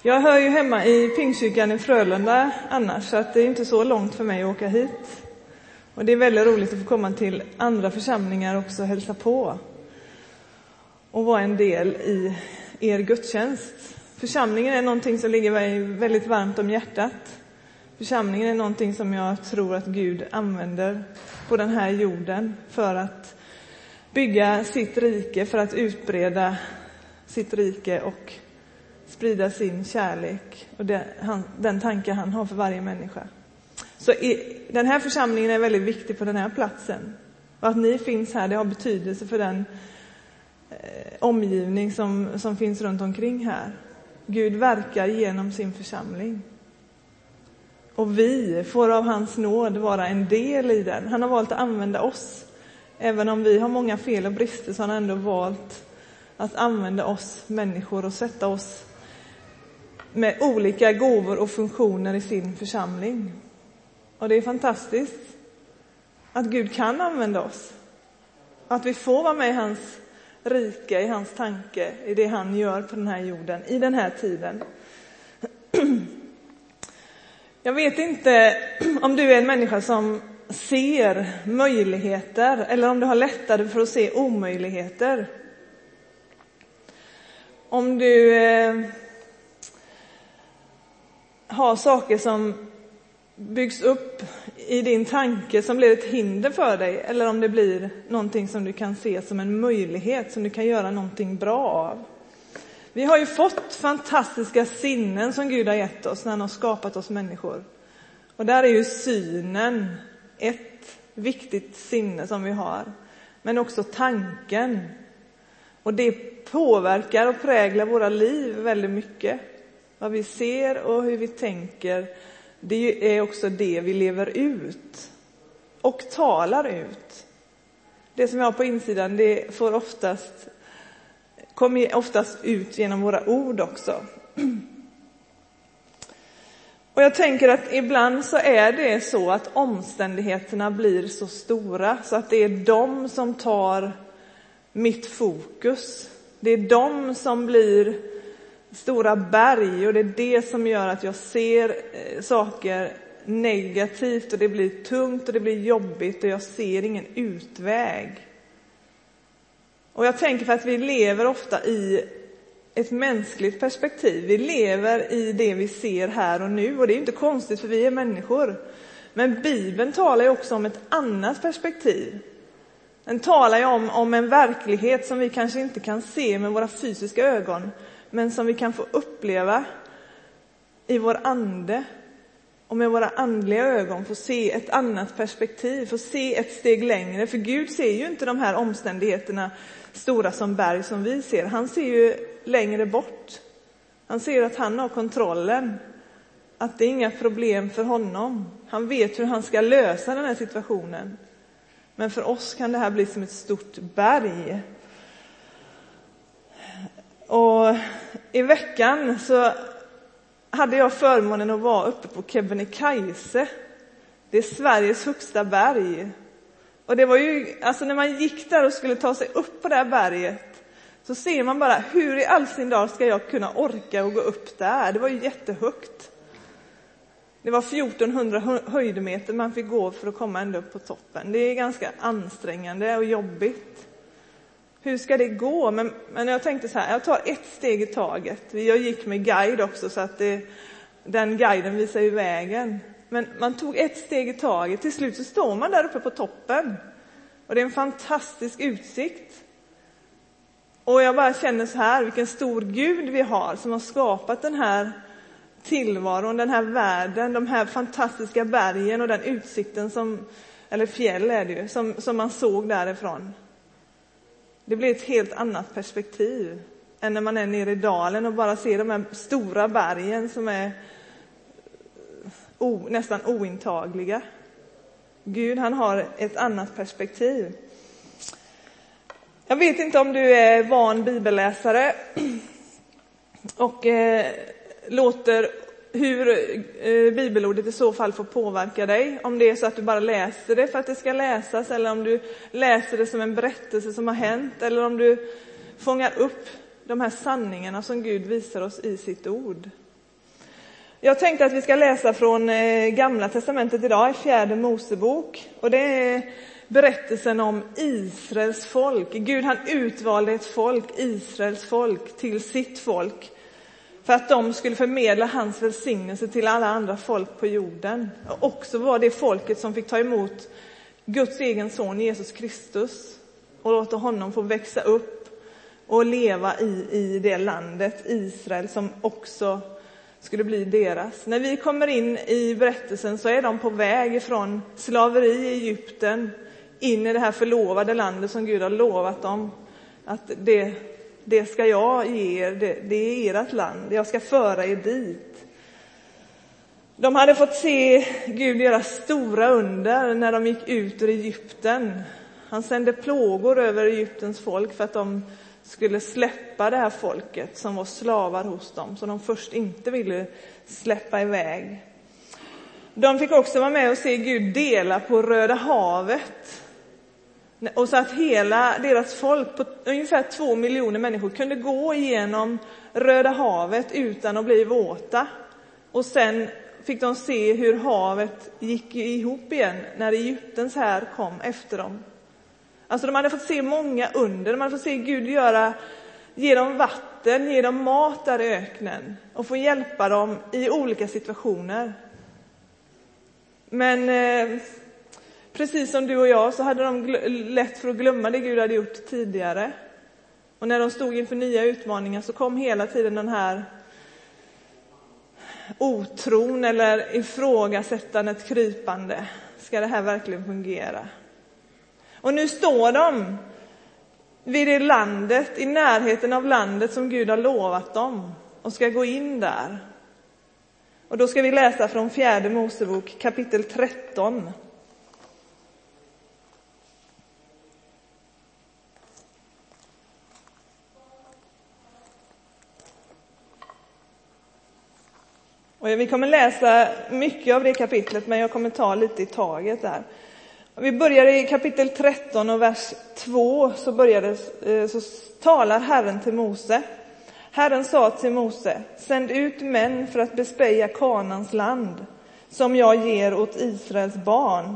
Jag hör ju hemma i Pingstkyrkan i Frölunda annars, så att det är inte så långt för mig att åka hit. Och det är väldigt roligt att få komma till andra församlingar också och hälsa på. Och vara en del i er gudstjänst. Församlingen är någonting som ligger mig väldigt varmt om hjärtat. Församlingen är någonting som jag tror att Gud använder på den här jorden för att bygga sitt rike, för att utbreda sitt rike och sprida sin kärlek och den tanke han har för varje människa. Så den här församlingen är väldigt viktig på den här platsen. Och att ni finns här, det har betydelse för den omgivning som finns runt omkring här. Gud verkar genom sin församling. Och vi får av hans nåd vara en del i den. Han har valt att använda oss. Även om vi har många fel och brister, så har han ändå valt att använda oss människor och sätta oss med olika gåvor och funktioner i sin församling. Och det är fantastiskt att Gud kan använda oss. Att vi får vara med i hans rike, i hans tanke, i det han gör på den här jorden, i den här tiden. Jag vet inte om du är en människa som ser möjligheter eller om du har lättare för att se omöjligheter. Om du har saker som byggs upp i din tanke som blir ett hinder för dig, eller om det blir någonting som du kan se som en möjlighet som du kan göra någonting bra av. Vi har ju fått fantastiska sinnen som Gud har gett oss när han har skapat oss människor. Och där är ju synen ett viktigt sinne som vi har. Men också tanken. Och det påverkar och präglar våra liv väldigt mycket. Vad vi ser och hur vi tänker, det är också det vi lever ut. Och talar ut. Det som vi har på insidan, det kommer oftast ut genom våra ord också. Och jag tänker att ibland så är det så att omständigheterna blir så stora så att det är de som tar mitt fokus. Det är de som blir stora berg, och det är det som gör att jag ser saker negativt och det blir tungt och det blir jobbigt och jag ser ingen utväg. Och jag tänker för att vi lever ofta i ett mänskligt perspektiv. Vi lever i det vi ser här och nu, och det är inte konstigt för vi är människor. Men Bibeln talar ju också om ett annat perspektiv. Den talar ju om en verklighet som vi kanske inte kan se med våra fysiska ögon, men som vi kan få uppleva i vår ande. Och med våra andliga ögon få se ett annat perspektiv, få se ett steg längre. För Gud ser ju inte de här omständigheterna stora som berg som vi ser. Han ser ju längre bort. Han ser att han har kontrollen. Att det är inga problem för honom. Han vet hur han ska lösa den här situationen. Men för oss kan det här bli som ett stort berg. Och i veckan så hade jag förmånen att vara uppe på Kebnekaise. Det är Sveriges högsta berg. Och det var ju, alltså när man gick där och skulle ta sig upp på det här berget, så ser man bara hur i all sin dag ska jag kunna orka och gå upp där. Det var ju jättehögt. Det var 1400 höjdmeter man fick gå för att komma ända upp på toppen. Det är ganska ansträngande och jobbigt. Hur ska det gå? Men jag tänkte så här, jag tar ett steg i taget. Jag gick med guide också, så att den guiden visar ju vägen. Men man tog ett steg i taget. Till slut så står man där uppe på toppen. Och det är en fantastisk utsikt. Och jag bara känner så här, vilken stor Gud vi har som har skapat den här tillvaron, den här världen, de här fantastiska bergen och den utsikten eller fjäll är det ju, som man såg därifrån. Det blir ett helt annat perspektiv än när man är nere i dalen och bara ser de här stora bergen som är nästan ointagliga. Gud, han har ett annat perspektiv. Jag vet inte om du är van bibelläsare och låter hur bibelordet i så fall får påverka dig. Om det är så att du bara läser det för att det ska läsas, eller om du läser det som en berättelse som har hänt, eller om du fångar upp de här sanningarna som Gud visar oss i sitt ord. Jag tänkte att vi ska läsa från Gamla testamentet idag, i 4:e Mosebok. Och det är berättelsen om Israels folk. Gud, han utvalde ett folk, Israels folk, till sitt folk. För att de skulle förmedla hans välsignelse till alla andra folk på jorden. Och också var det folket som fick ta emot Guds egen son Jesus Kristus. Och låta honom få växa upp och leva i det landet, Israel, som också skulle bli deras. När vi kommer in i berättelsen så är de på väg ifrån slaveri i Egypten in i det här förlovade landet som Gud har lovat dem. Att det ska jag ge er, det är ert land, jag ska föra er dit. De hade fått se Gud göra stora under när de gick ut ur Egypten. Han sände plågor över Egyptens folk för att de skulle släppa det här folket som var slavar hos dem, som de först inte ville släppa iväg. De fick också vara med och se Gud dela på Röda havet. Och så att hela deras folk, på ungefär 2 miljoner människor, kunde gå igenom Röda havet utan att bli våta. Och sen fick de se hur havet gick ihop igen när Egyptens här kom efter dem. Alltså de hade fått se många under. De hade fått se Gud ge dem vatten, ge dem mat där i öknen. Och få hjälpa dem i olika situationer. Men precis som du och jag så hade de lätt för att glömma det Gud hade gjort tidigare. Och när de stod inför nya utmaningar så kom hela tiden den här otron eller ifrågasättandet krypande. Ska det här verkligen fungera? Och nu står de vid det landet, i närheten av landet som Gud har lovat dem, och ska gå in där. Och då ska vi läsa från 4:e Mosebok kapitel 13. Och vi kommer läsa mycket av det kapitlet, men jag kommer ta lite i taget där. Vi börjar i kapitel 13 och vers 2 så talar Herren till Mose. Herren sa till Mose: sänd ut män för att bespeja Kanans land som jag ger åt Israels barn.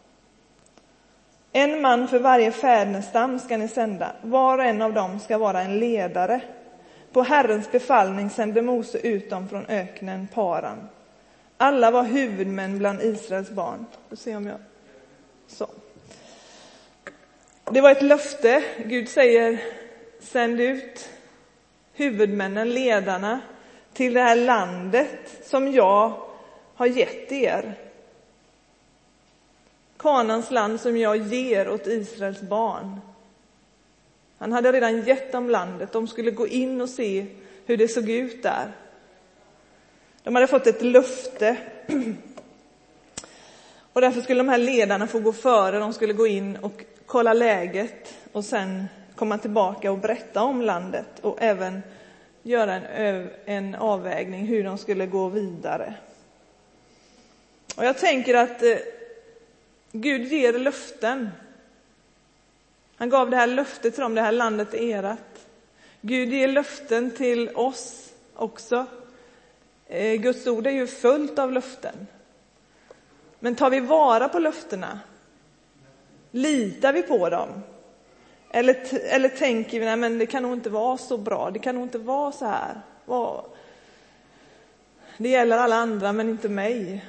1 man för varje fädernestam ska ni sända. Var och en av dem ska vara en ledare. På Herrens befallning sände Mose ut dem från öknen Paran. Alla var huvudmän bland Israels barn. Får se om jag... Så. Det var ett löfte. Gud säger: sänd ut huvudmännen, ledarna, till det här landet som jag har gett er. Kanans land som jag ger åt Israels barn. Han hade redan gett dem landet. De skulle gå in och se hur det såg ut där. De hade fått ett löfte. Och därför skulle de här ledarna få gå före. De skulle gå in och kolla läget och sen komma tillbaka och berätta om landet. Och även göra en avvägning hur de skulle gå vidare. Och jag tänker att Gud ger löften. Han gav det här löftet till dem, det här landet är erat. Gud ger löften till oss också. Guds ord är ju fullt av löften. Men tar vi vara på löftena? Litar vi på dem? Eller tänker vi, nej men det kan nog inte vara så bra. Det kan nog inte vara så här. Det gäller alla andra men inte mig.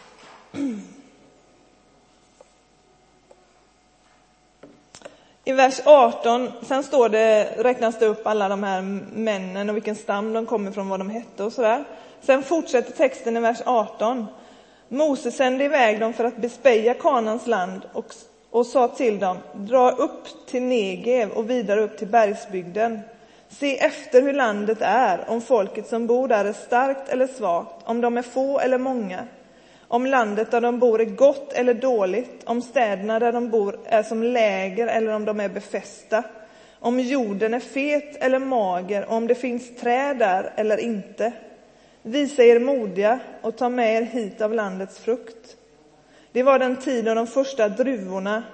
I vers 18, sen räknas det upp alla de här männen och vilken stam de kommer från, vad de hette och sådär. Sen fortsätter texten i vers 18. Mose sände iväg dem för att bespeja Kanans land och sa till dem: dra upp till Negev och vidare upp till bergsbygden. Se efter hur landet är, om folket som bor där är starkt eller svagt, om de är få eller många. Om landet där de bor är gott eller dåligt, om städerna där de bor är som läger eller om de är befästa. Om jorden är fet eller mager, om det finns träd där eller inte. Visa er modiga och ta med er hit av landets frukt. Det var den tid då de första druvorna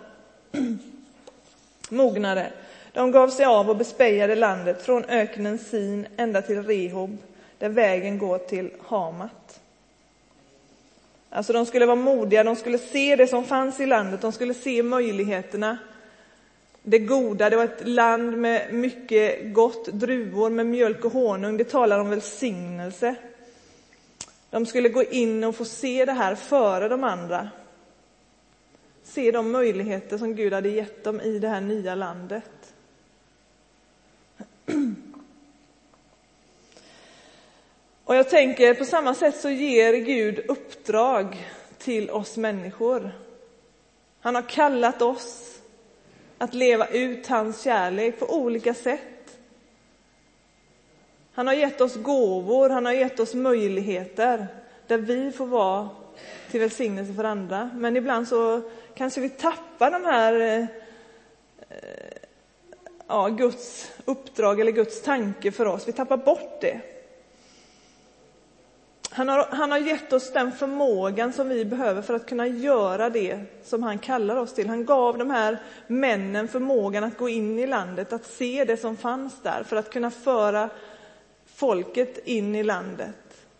mognade. De gav sig av och bespejade landet från öknen Sin ända till Rehob, där vägen går till Hamat. Alltså de skulle vara modiga, de skulle se det som fanns i landet, de skulle se möjligheterna. Det goda, det var ett land med mycket gott, druvor med mjölk och honung, det talar om välsignelse. De skulle gå in och få se det här före de andra. Se de möjligheter som Gud hade gett dem i det här nya landet. Och jag tänker på samma sätt så ger Gud uppdrag till oss människor. Han har kallat oss att leva ut hans kärlek på olika sätt. Han har gett oss gåvor, han har gett oss möjligheter där vi får vara till välsignelse för andra. Men ibland så kanske vi tappar de här Guds uppdrag eller Guds tanke för oss. Vi tappar bort det. Han har gett oss den förmågan som vi behöver för att kunna göra det som han kallar oss till. Han gav de här männen förmågan att gå in i landet, att se det som fanns där för att kunna föra folket in i landet.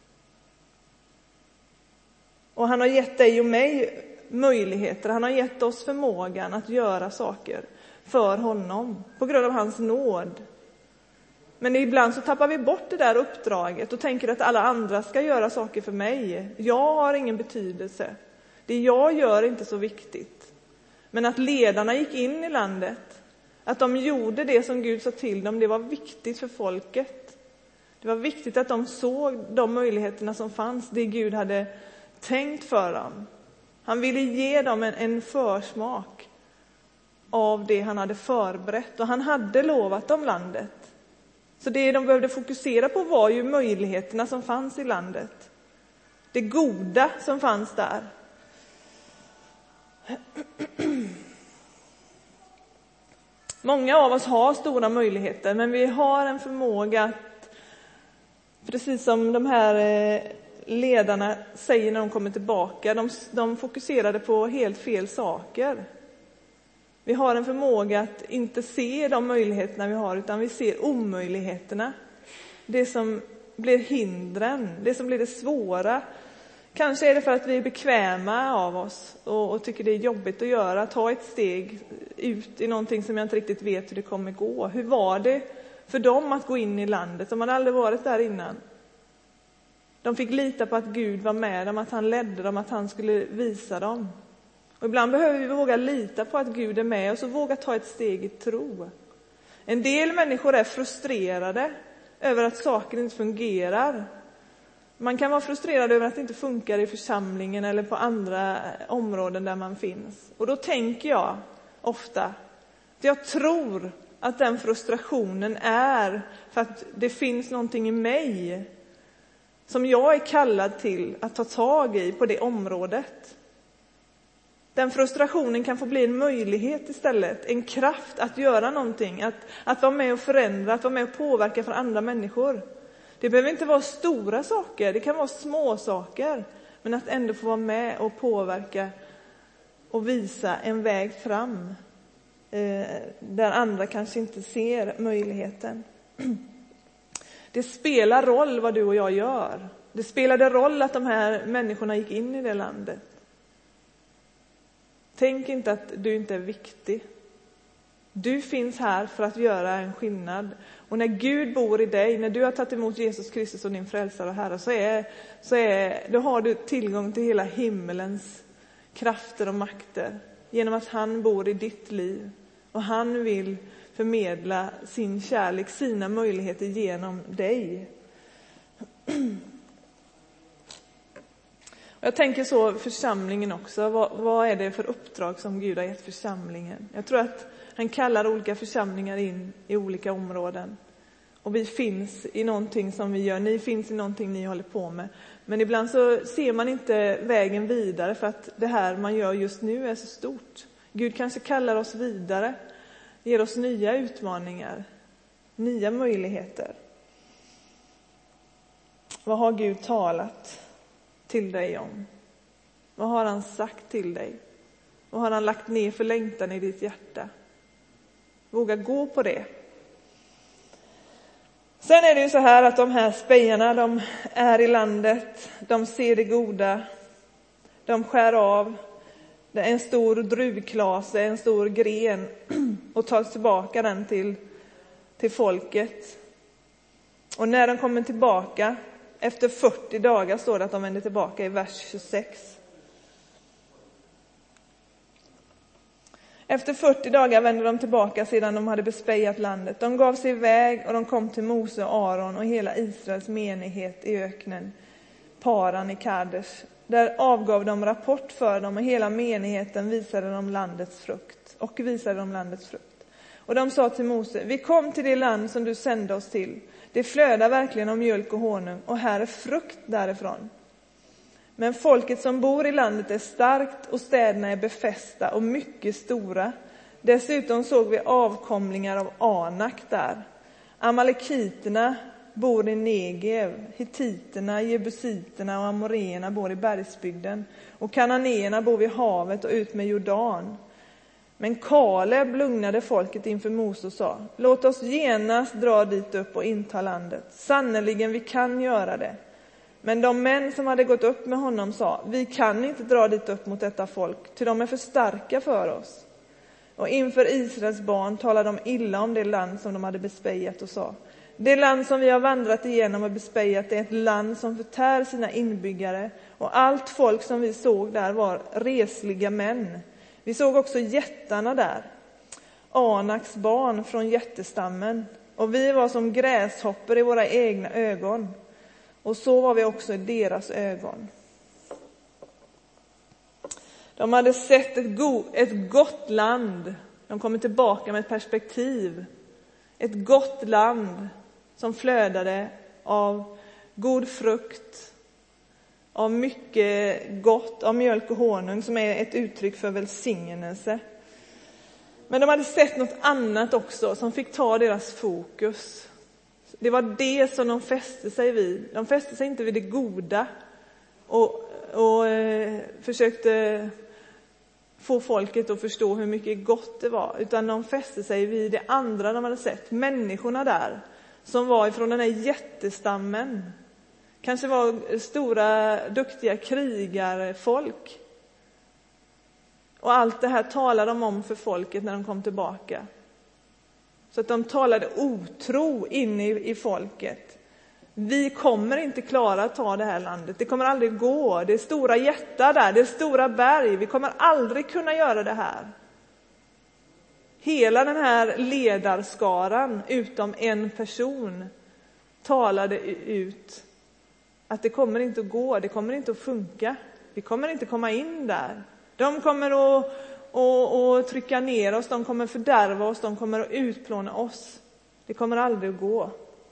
Och han har gett dig och mig möjligheter. Han har gett oss förmågan att göra saker för honom på grund av hans nåd. Men ibland så tappar vi bort det där uppdraget och tänker att alla andra ska göra saker för mig. Jag har ingen betydelse. Det jag gör är inte så viktigt. Men att ledarna gick in i landet, att de gjorde det som Gud sa till dem, det var viktigt för folket. Det var viktigt att de såg de möjligheterna som fanns, det Gud hade tänkt för dem. Han ville ge dem en försmak av det han hade förberett. Och han hade lovat dem landet. Så det de behövde fokusera på var ju möjligheterna som fanns i landet. Det goda som fanns där. Många av oss har stora möjligheter, men vi har en förmåga att, precis som de här ledarna säger när de kommer tillbaka, de fokuserade på helt fel saker. Vi har en förmåga att inte se de möjligheterna vi har, utan vi ser omöjligheterna. Det som blir hindren, det som blir det svåra. Kanske är det för att vi är bekväma av oss och tycker det är jobbigt att göra. Ta ett steg ut i någonting som jag inte riktigt vet hur det kommer gå. Hur var det för dem att gå in i landet? De hade aldrig varit där innan. De fick lita på att Gud var med dem, att han ledde dem, att han skulle visa dem. Och ibland behöver vi våga lita på att Gud är med oss och våga ta ett steg i tro. En del människor är frustrerade över att saker inte fungerar. Man kan vara frustrerad över att det inte funkar i församlingen eller på andra områden där man finns. Och då tänker jag ofta att jag tror att den frustrationen är för att det finns någonting i mig som jag är kallad till att ta tag i på det området. Den frustrationen kan få bli en möjlighet istället, en kraft att göra någonting, att vara med och förändra, att vara med och påverka för andra människor. Det behöver inte vara stora saker, det kan vara små saker, men att ändå få vara med och påverka och visa en väg fram där andra kanske inte ser möjligheten. Det spelar roll vad du och jag gör. Det spelade roll att de här människorna gick in i det landet. Tänk inte att du inte är viktig. Du finns här för att göra en skillnad. Och när Gud bor i dig, när du har tagit emot Jesus Kristus som din frälsare och Herre, då har du tillgång till hela himmelens krafter och makter. Genom att han bor i ditt liv. Och han vill förmedla sin kärlek, sina möjligheter genom dig. Jag tänker så församlingen också. Vad är det för uppdrag som Gud har gett församlingen? Jag tror att han kallar olika församlingar in i olika områden. Och vi finns i någonting som vi gör. Ni finns i någonting ni håller på med. Men ibland så ser man inte vägen vidare för att det här man gör just nu är så stort. Gud kanske kallar oss vidare. Ger oss nya utmaningar. Nya möjligheter. Vad har Gud talat till dig om? Vad har han sagt till dig? Vad har han lagt ner för längtan i ditt hjärta? Våga gå på det. Sen är det ju så här att de här spejarna, de är i landet. De ser det goda. De skär av en stor druvklase, en stor gren och tar tillbaka den till folket. Och när de kommer tillbaka, efter 40 dagar står det att de vänder tillbaka i vers 26. Efter 40 dagar vände de tillbaka sedan de hade bespejat landet. De gav sig iväg och de kom till Mose och Aron och hela Israels menighet i öknen, Paran i Kadesh. Där avgav de rapport för dem och hela menigheten visade dem landets frukt. Och de sa till Mose, vi kom till det land som du sände oss till. Det flödar verkligen av mjölk och honung och här är frukt därifrån. Men folket som bor i landet är starkt och städerna är befästa och mycket stora. Dessutom såg vi avkomlingar av Anak där. Amalekiterna bor i Negev, hittiterna, jebusiterna och amoreerna bor i bergsbygden. Och kananéerna bor vid havet och ut med Jordan. Men Kaleb lugnade folket inför Mose och sa, låt oss genast dra dit upp och inta landet. Sannoliken vi kan göra det. Men de män som hade gått upp med honom sa, vi kan inte dra dit upp mot detta folk, ty de är för starka för oss. Och inför Israels barn talade de illa om det land som de hade bespejat och sa, det land som vi har vandrat igenom och bespejat är ett land som förtär sina inbyggare, och allt folk som vi såg där var resliga män. Vi såg också jättarna där, Anaks barn från jättestammen, och vi var som gräshoppor i våra egna ögon. Och så var vi också i deras ögon. De hade sett ett gott land. De kommer tillbaka med ett perspektiv. Ett gott land som flödade av god frukt, av mycket gott, av mjölk och honung som är ett uttryck för välsignelse. Men de hade sett något annat också som fick ta deras fokus. Det var det som de fäste sig vid. De fäste sig inte vid det goda och försökte få folket att förstå hur mycket gott det var. Utan de fäste sig vid det andra de hade sett. Människorna där som var ifrån den här jättestammen. Kanske var stora, duktiga krigarfolk. Och allt det här talade de om för folket när de kom tillbaka. Så att de talade otro in i folket. Vi kommer inte klara att ta det här landet. Det kommer aldrig gå. Det är stora jättar där. Det är stora berg. Vi kommer aldrig kunna göra det här. Hela den här ledarskaran utom en person talade ut att det kommer inte att gå. Det kommer inte att funka. Vi kommer inte komma in där. De kommer att trycka ner oss, de kommer fördärva oss, de kommer att utplåna oss. Det kommer aldrig att gå.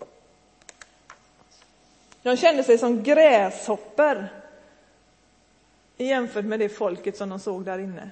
De kände sig som gräshoppor jämfört med det folket som de såg där inne.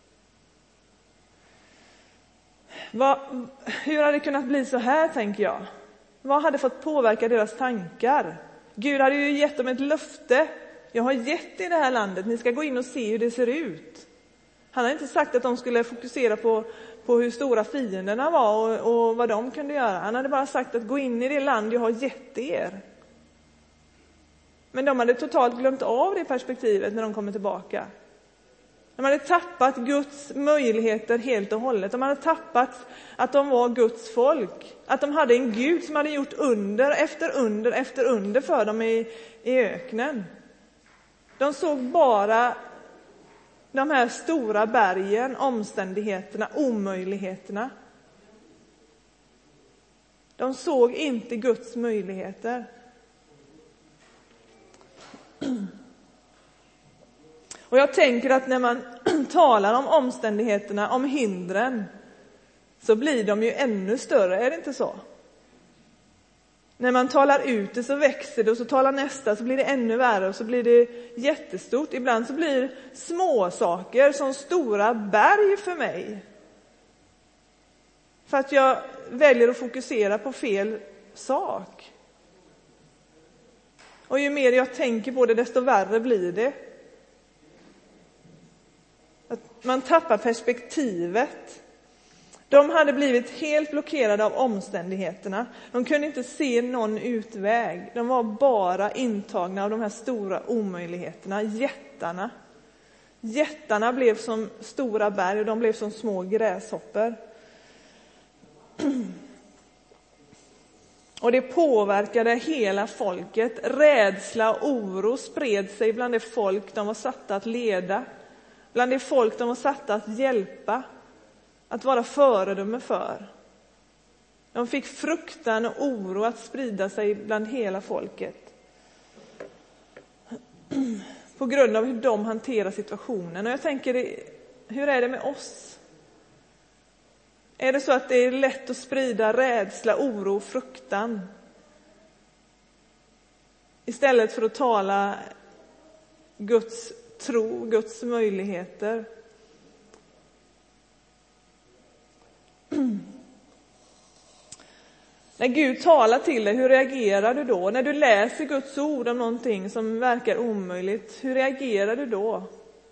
Hur hade det kunnat bli så här, tänker jag? Vad hade fått påverka deras tankar? Gud hade ju gett dem ett löfte. Jag har gett er det här landet, ni ska gå in och se hur det ser ut. Han har inte sagt att de skulle fokusera på hur stora fienderna var och vad de kunde göra. Han hade bara sagt att gå in i det land jag har gett er. Men de hade totalt glömt av det perspektivet när de kommer tillbaka. De hade tappat Guds möjligheter helt och hållet. De hade tappat att de var Guds folk. Att de hade en Gud som hade gjort under efter under efter under för dem i öknen. De såg bara de här stora bergen, omständigheterna, omöjligheterna. De såg inte Guds möjligheter. Och jag tänker att när man talar om omständigheterna, om hindren, så blir de ju ännu större, är det inte så? När man talar ut det så växer det, och så talar nästa så blir det ännu värre och så blir det jättestort. Ibland så blir små saker som stora berg för mig. För att jag väljer att fokusera på fel sak. Och ju mer jag tänker på det, desto värre blir det. Att man tappar perspektivet. De hade blivit helt blockerade av omständigheterna. De kunde inte se någon utväg. De var bara intagna av de här stora omöjligheterna, jättarna. Jättarna blev som stora berg och de blev som små gräshoppor. Och det påverkade hela folket. Rädsla och oro spred sig bland det folk de var satta att leda. Bland det folk de var satta att hjälpa. Att vara föredöme för. De fick fruktan och oro att sprida sig bland hela folket. På grund av hur de hanterar situationen. Och jag tänker, hur är det med oss? Är det så att det är lätt att sprida rädsla, oro och fruktan? Istället för att tala Guds tro, Guds möjligheter. När Gud talar till dig, hur reagerar du då? När du läser Guds ord om någonting som verkar omöjligt, hur reagerar du då?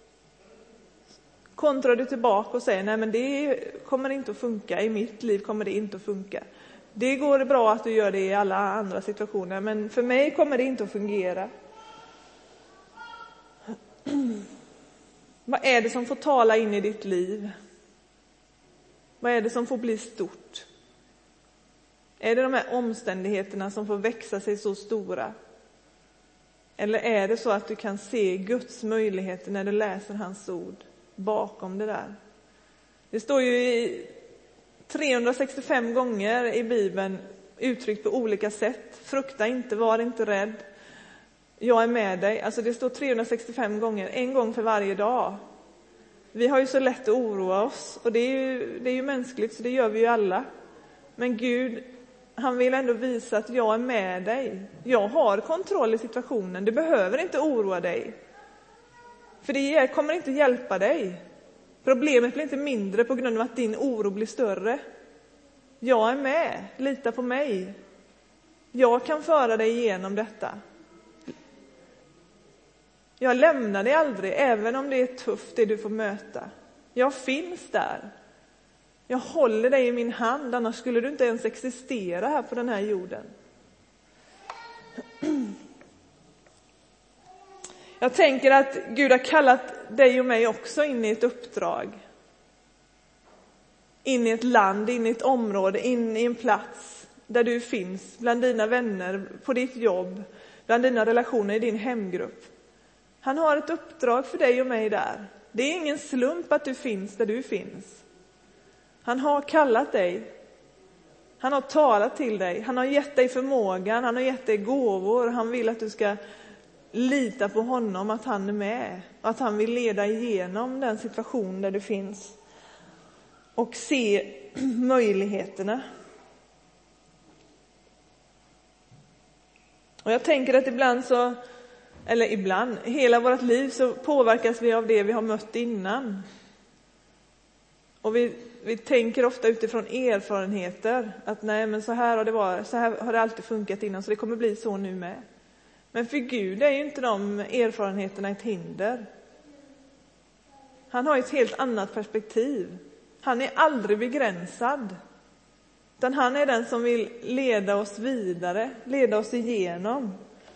Kontrar du tillbaka och säger, nej men det kommer inte att funka, i mitt liv kommer det inte att funka. Det går bra att du gör det i alla andra situationer, men för mig kommer det inte att fungera. Vad är det som får tala in i ditt liv? Vad är det som får bli stort? Är det de här omständigheterna som får växa sig så stora? Eller är det så att du kan se Guds möjligheter när du läser hans ord bakom det där? Det står ju 365 gånger i Bibeln uttryckt på olika sätt. Frukta inte, var inte rädd. Jag är med dig. Alltså det står 365 gånger, en gång för varje dag. Vi har ju så lätt att oroa oss. Och det är ju mänskligt, så det gör vi ju alla. Men Gud, han vill ändå visa att jag är med dig. Jag har kontroll i situationen. Du behöver inte oroa dig. För det kommer inte hjälpa dig. Problemet blir inte mindre på grund av att din oro blir större. Jag är med. Lita på mig. Jag kan föra dig igenom detta. Jag lämnar dig aldrig, även om det är tufft det du får möta. Jag finns där. Jag håller dig i min hand, annars skulle du inte ens existera här på den här jorden. Jag tänker att Gud har kallat dig och mig också in i ett uppdrag. In i ett land, in i ett område, in i en plats där du finns. Bland dina vänner, på ditt jobb, bland dina relationer i din hemgrupp. Han har ett uppdrag för dig och mig där. Det är ingen slump att du finns där du finns. Han har kallat dig. Han har talat till dig. Han har gett dig förmågan. Han har gett dig gåvor. Han vill att du ska lita på honom, att han är med. Och att han vill leda igenom den situation där du finns. Och se möjligheterna. Och jag tänker att ibland, hela vårt liv så påverkas vi av det vi har mött innan. Och vi tänker ofta utifrån erfarenheter att nej, men så här har det alltid funkat innan, så det kommer bli så nu med. Men för Gud är ju inte de erfarenheterna ett hinder. Han har ett helt annat perspektiv. Han är aldrig begränsad. Utan han är den som vill leda oss vidare, leda oss igenom.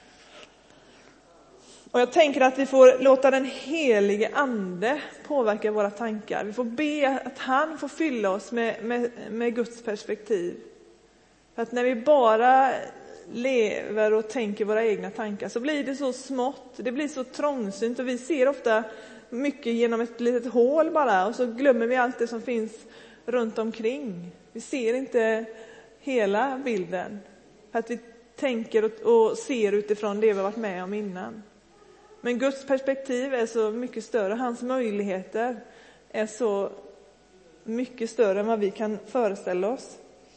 Och jag tänker att vi får låta den helige ande påverka våra tankar. Vi får be att han får fylla oss med Guds perspektiv. För att när vi bara lever och tänker våra egna tankar så blir det så smått, det blir så trångsynt. Och vi ser ofta mycket genom ett litet hål bara, och så glömmer vi allt det som finns runt omkring. Vi ser inte hela bilden. För att vi tänker och ser utifrån det vi har varit med om innan. Men Guds perspektiv är så mycket större. Hans möjligheter är så mycket större än vad vi kan föreställa oss.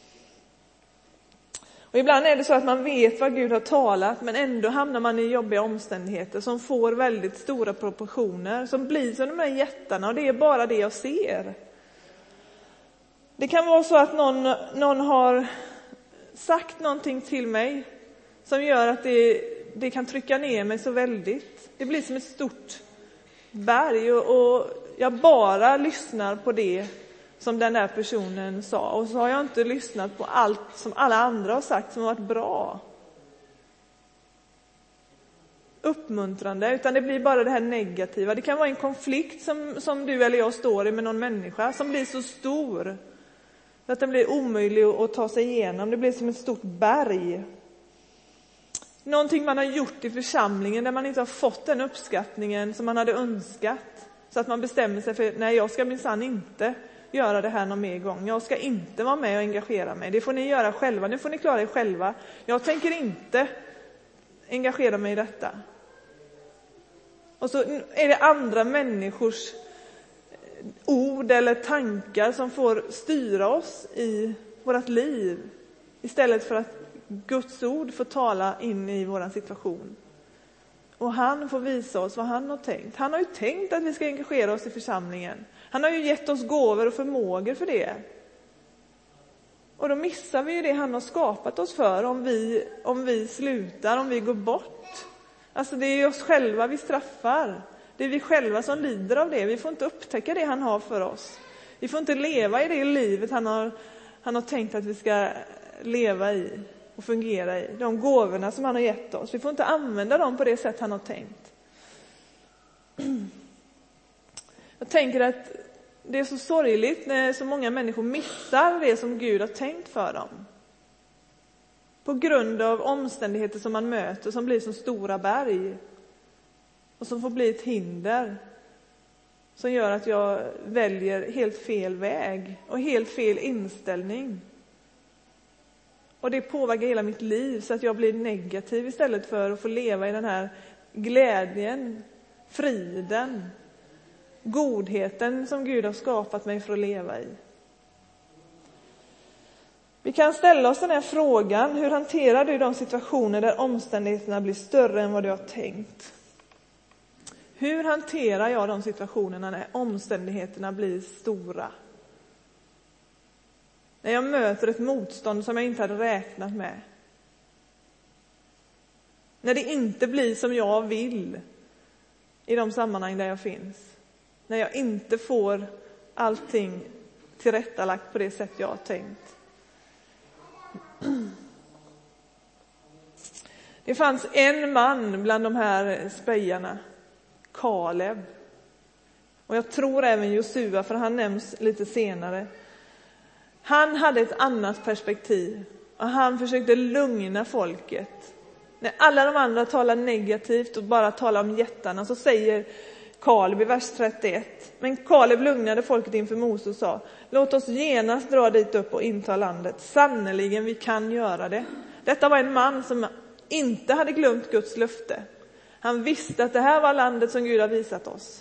Och ibland är det så att man vet vad Gud har talat, men ändå hamnar man i jobbiga omständigheter som får väldigt stora proportioner. Som blir som de här jättarna, och det är bara det jag ser. Det kan vara så att någon har sagt någonting till mig som gör att det kan trycka ner mig så väldigt. Det blir som ett stort berg och jag bara lyssnar på det som den där personen sa. Och så har jag inte lyssnat på allt som alla andra har sagt som har varit bra. uppmuntrande, utan det blir bara det här negativa. Det kan vara en konflikt som du eller jag står i med någon människa som blir så stor att den blir omöjlig att ta sig igenom. Det blir som ett stort berg. Någonting man har gjort i församlingen där man inte har fått den uppskattningen som man hade önskat. Så att man bestämmer sig för, nej, jag ska minsann inte göra det här någon mer gång. Jag ska inte vara med och engagera mig. Det får ni göra själva. Nu får ni klara er själva. Jag tänker inte engagera mig i detta. Och så är det andra människors ord eller tankar som får styra oss i vårt liv. Istället för att Guds ord får tala in i vår situation. Och han får visa oss vad han har tänkt. Han har ju tänkt att vi ska engagera oss i församlingen. Han har ju gett oss gåvor och förmågor för det. Och då missar vi ju det han har skapat oss för om vi slutar, om vi går bort. Alltså det är ju oss själva vi straffar. Det är vi själva som lider av det. Vi får inte upptäcka det han har för oss. Vi får inte leva i det livet han har tänkt att vi ska leva i och fungera i. De gåvorna som han har gett oss. Vi får inte använda dem på det sätt han har tänkt. Jag tänker att det är så sorgligt när så många människor missar det som Gud har tänkt för dem. På grund av omständigheter som man möter som blir som stora berg. Och som får bli ett hinder. Som gör att jag väljer helt fel väg och helt fel inställning. Och det påverkar hela mitt liv så att jag blir negativ istället för att få leva i den här glädjen, friden, godheten som Gud har skapat mig för att leva i. Vi kan ställa oss den här frågan: hur hanterar du de situationer där omständigheterna blir större än vad du har tänkt? Hur hanterar jag de situationerna när omständigheterna blir stora? När jag möter ett motstånd som jag inte hade räknat med. När det inte blir som jag vill i de sammanhang där jag finns. När jag inte får allting tillrättalagt på det sätt jag har tänkt. Det fanns en man bland de här spejarna, Kaleb. Och jag tror även Josua, för han nämns lite senare. Han hade ett annat perspektiv och han försökte lugna folket. När alla de andra talar negativt och bara talar om jättarna, så säger Kaleb i vers 31. Men Kaleb lugnade folket inför Mose och sa: låt oss genast dra dit upp och inta landet. Sannoliken vi kan göra det. Detta var en man som inte hade glömt Guds löfte. Han visste att det här var landet som Gud har visat oss.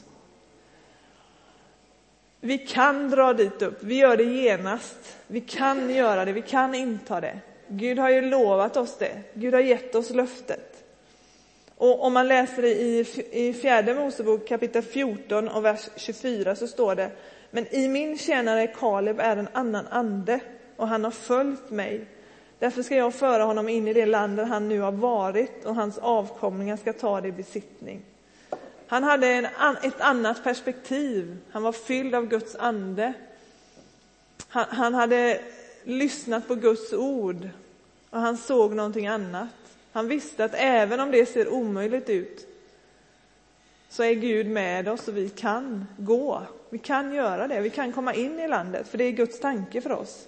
Vi kan dra dit upp. Vi gör det genast. Vi kan göra det. Vi kan inta det. Gud har ju lovat oss det. Gud har gett oss löftet. Och om man läser det i fjärde Mosebok kapitel 14 och vers 24 så står det: men i min tjänare Kaleb är en annan ande och han har följt mig. Därför ska jag föra honom in i det land där han nu har varit och hans avkomlingar ska ta det i besittning. Han hade ett annat perspektiv. Han var fylld av Guds ande. Han hade lyssnat på Guds ord och han såg någonting annat. Han visste att även om det ser omöjligt ut så är Gud med oss och vi kan gå. Vi kan göra det. Vi kan komma in i landet för det är Guds tanke för oss.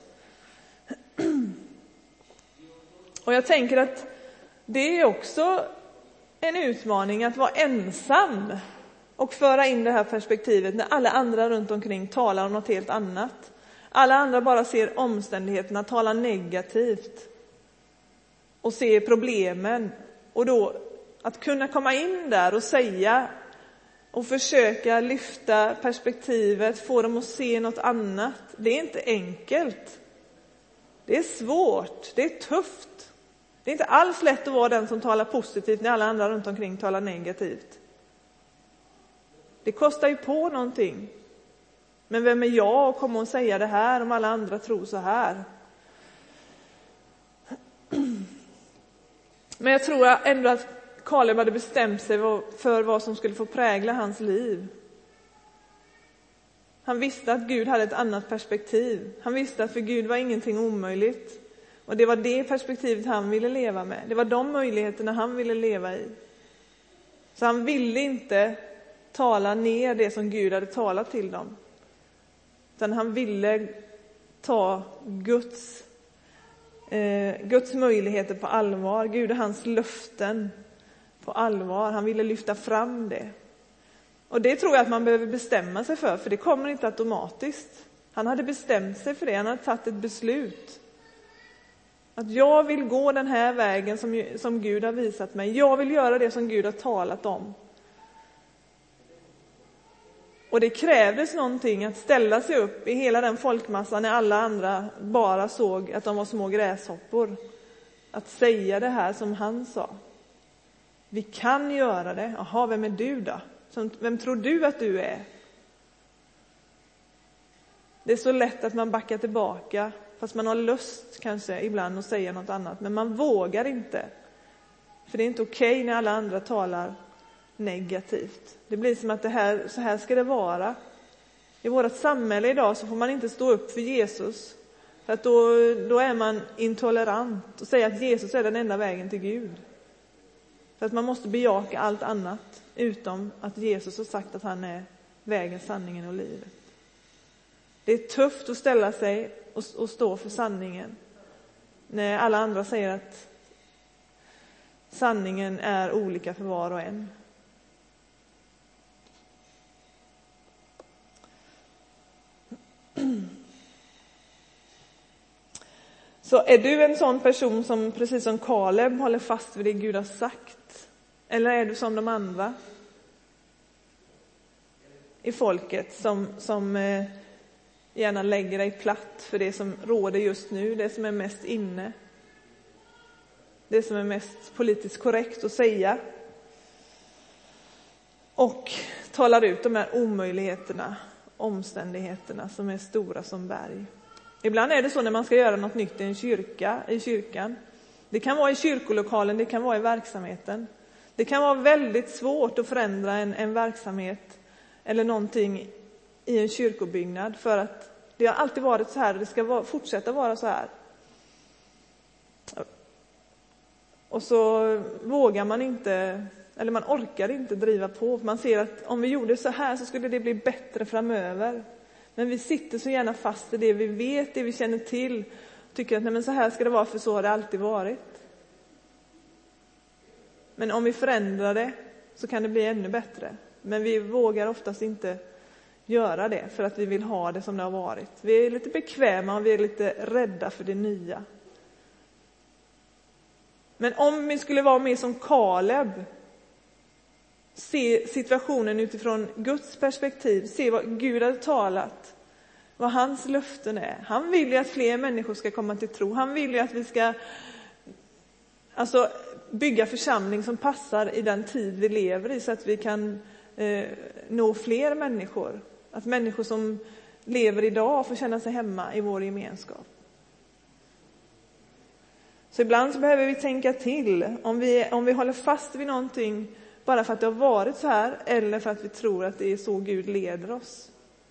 Och jag tänker att det är också en utmaning att vara ensam och föra in det här perspektivet när alla andra runt omkring talar om något helt annat. Alla andra bara ser omständigheterna, talar negativt och ser problemen. Och då att kunna komma in där och säga och försöka lyfta perspektivet, få dem att se något annat. Det är inte enkelt. Det är svårt, det är tufft. Det är inte alls lätt att vara den som talar positivt när alla andra runt omkring talar negativt. Det kostar ju på någonting. Men vem är jag att komma och säga det här om alla andra tror så här? Men jag tror ändå att Kaleb hade bestämt sig för vad som skulle få prägla hans liv. Han visste att Gud hade ett annat perspektiv. Han visste att för Gud var ingenting omöjligt. Och det var det perspektivet han ville leva med. Det var de möjligheterna han ville leva i. Så han ville inte tala ner det som Gud hade talat till dem. Utan han ville ta Guds möjligheter på allvar. Gud och hans löften på allvar. Han ville lyfta fram det. Och det tror jag att man behöver bestämma sig för det kommer inte automatiskt. Han hade bestämt sig för det. Han hade tagit ett beslut. Att jag vill gå den här vägen som Gud har visat mig. Jag vill göra det som Gud har talat om. Och det krävdes någonting att ställa sig upp i hela den folkmassan när alla andra bara såg att de var små gräshoppor. Att säga det här som han sa. Vi kan göra det. Jaha, vem är du då? Vem tror du att du är? Det är så lätt att man backar tillbaka. Fast man har lust kanske ibland att säga något annat. Men man vågar inte. För det är inte okej när alla andra talar negativt. Det blir som att så här ska det vara. I vårt samhälle idag så får man inte stå upp för Jesus. För att då är man intolerant och säger att Jesus är den enda vägen till Gud. För att man måste bejaka allt annat utom att Jesus har sagt att han är vägen, sanningen och livet. Det är tufft att ställa sig och stå för sanningen. När alla andra säger att sanningen är olika för var och en. Så är du en sån person som precis som Kaleb håller fast vid det Gud har sagt? Eller är du som de andra i folket som gärna lägger dig platt för det som råder just nu, det som är mest inne, det som är mest politiskt korrekt att säga, och talar ut de här omöjligheterna, omständigheterna som är stora som berg? Ibland är det så när man ska göra något nytt i kyrkan. Det kan vara i kyrkolokalen, det kan vara i verksamheten. Det kan vara väldigt svårt att förändra en verksamhet eller någonting i en kyrkobyggnad. För att det har alltid varit så här och det ska fortsätta vara så här. Och så vågar man inte, eller man orkar inte driva på. För man ser att om vi gjorde så här så skulle det bli bättre framöver. Men vi sitter så gärna fast i det vi vet, det vi känner till. Och tycker att nej, men så här ska det vara, för så har det alltid varit. Men om vi förändrar det så kan det bli ännu bättre. Men vi vågar oftast inte göra det för att vi vill ha det som det har varit. Vi är lite bekväma och vi är lite rädda för det nya. Men om vi skulle vara mer som Kaleb, se situationen utifrån Guds perspektiv, se vad Gud har talat, vad hans löften är. Han vill ju att fler människor ska komma till tro. Han vill ju att vi ska bygga församling som passar i den tid vi lever i, så att vi kan nå fler människor. Att människor som lever idag får känna sig hemma i vår gemenskap. Så ibland så behöver vi tänka till om vi håller fast vid någonting bara för att det har varit så här, eller för att vi tror att det är så Gud leder oss.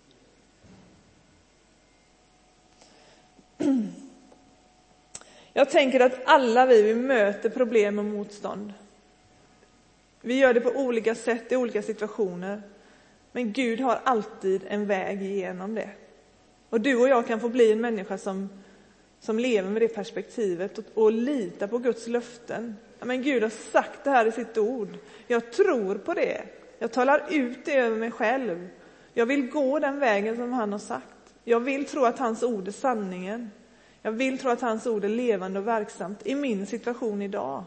Jag tänker att alla vi möter problem och motstånd. Vi gör det på olika sätt i olika situationer. Men Gud har alltid en väg igenom det. Och du och jag kan få bli en människa som lever med det perspektivet och litar på Guds löften. Men Gud har sagt det här i sitt ord. Jag tror på det. Jag talar ut det över mig själv. Jag vill gå den vägen som han har sagt. Jag vill tro att hans ord är sanningen. Jag vill tro att hans ord är levande och verksamt i min situation idag.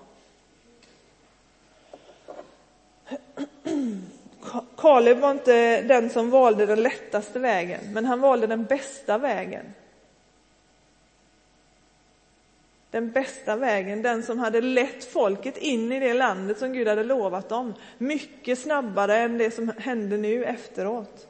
Kaleb var inte den som valde den lättaste vägen, men han valde den bästa vägen. Den bästa vägen, den som hade lett folket in i det landet som Gud hade lovat dem. Mycket snabbare än det som hände nu efteråt.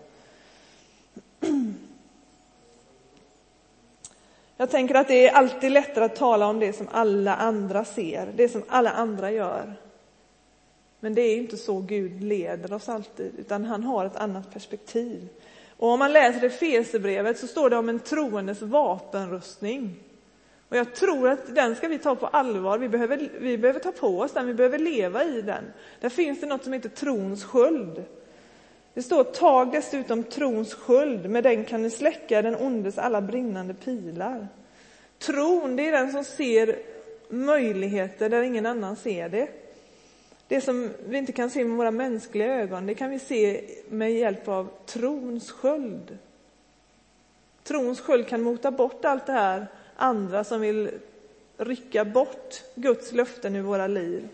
Jag tänker att det är alltid lättare att tala om det som alla andra ser, det som alla andra gör. Men det är inte så Gud leder oss alltid, utan han har ett annat perspektiv. Och om man läser Efesierbrevet så står det om en troendes vapenrustning. Och jag tror att den ska vi ta på allvar. Vi behöver ta på oss den, vi behöver leva i den. Där finns det något som heter trons sköld. Det står: tag dessutom trons sköld, med den kan ni släcka den ondes alla brinnande pilar. Tron, det är den som ser möjligheter där ingen annan ser det. Det som vi inte kan se med våra mänskliga ögon, det kan vi se med hjälp av trons sköld. Trons sköld kan mota bort allt det här andra som vill rycka bort Guds löften ur våra liv.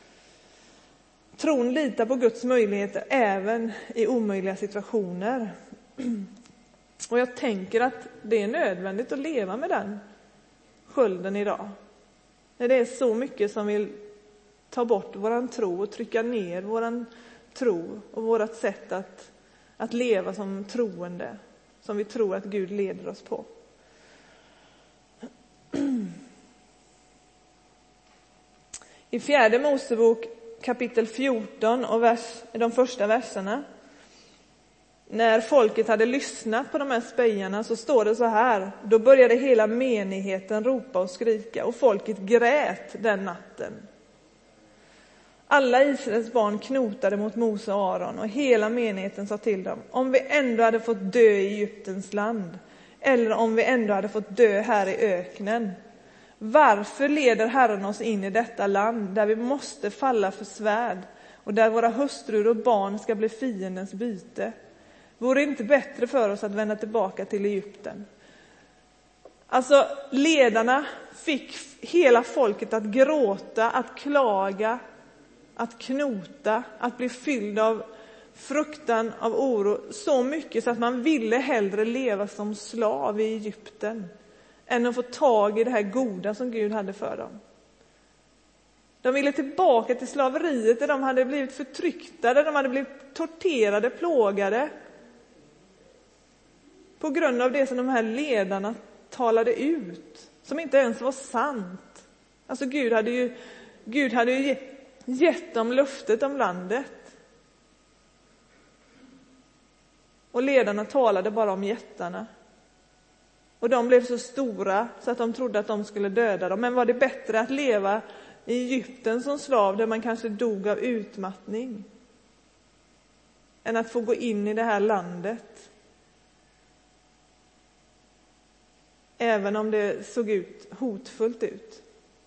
Tron litar på Guds möjligheter även i omöjliga situationer. Och jag tänker att det är nödvändigt att leva med den skölden idag. När det är så mycket som vill ta bort våran tro och trycka ner våran tro och vårat sätt att leva som troende, som vi tror att Gud leder oss på. I 4 Mosebok kapitel 14 och de första verserna, när folket hade lyssnat på de här spejarna, så står det så här: då började hela menigheten ropa och skrika, och folket grät den natten. Alla Israels barn knotade mot Mose och Aron, och hela menigheten sa till dem: om vi ändå hade fått dö i Egyptens land, eller om vi ändå hade fått dö här i öknen. Varför leder Herren oss in i detta land där vi måste falla för svärd och där våra hustrur och barn ska bli fiendens byte? Vore det inte bättre för oss att vända tillbaka till Egypten? Alltså, ledarna fick hela folket att gråta, att klaga, att knota, att bli fylld av fruktan, av oro, så mycket så att man ville hellre leva som slav i Egypten än att få tag i det här goda som Gud hade för dem. De ville tillbaka till slaveriet där de hade blivit förtryckta, där de hade blivit torterade, plågade på grund av det som de här ledarna talade ut, som inte ens var sant. Alltså Gud hade ju gett dem löftet om landet. Och ledarna talade bara om jättarna. Och de blev så stora så att de trodde att de skulle döda dem. Men var det bättre att leva i Egypten som slav, där man kanske dog av utmattning, än att få gå in i det här landet? Även om det såg hotfullt ut.